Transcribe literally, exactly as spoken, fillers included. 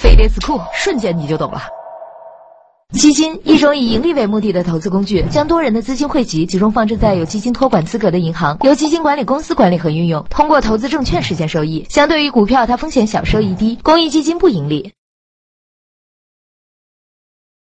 飞碟词库，瞬间你就懂了。基金，一种以盈利为目的的投资工具，将多人的资金汇集，集中放置在有基金托管资格的银行，由基金管理公司管理和运用，通过投资证券实现收益。相对于股票，它风险小，收益低。公益基金不盈利。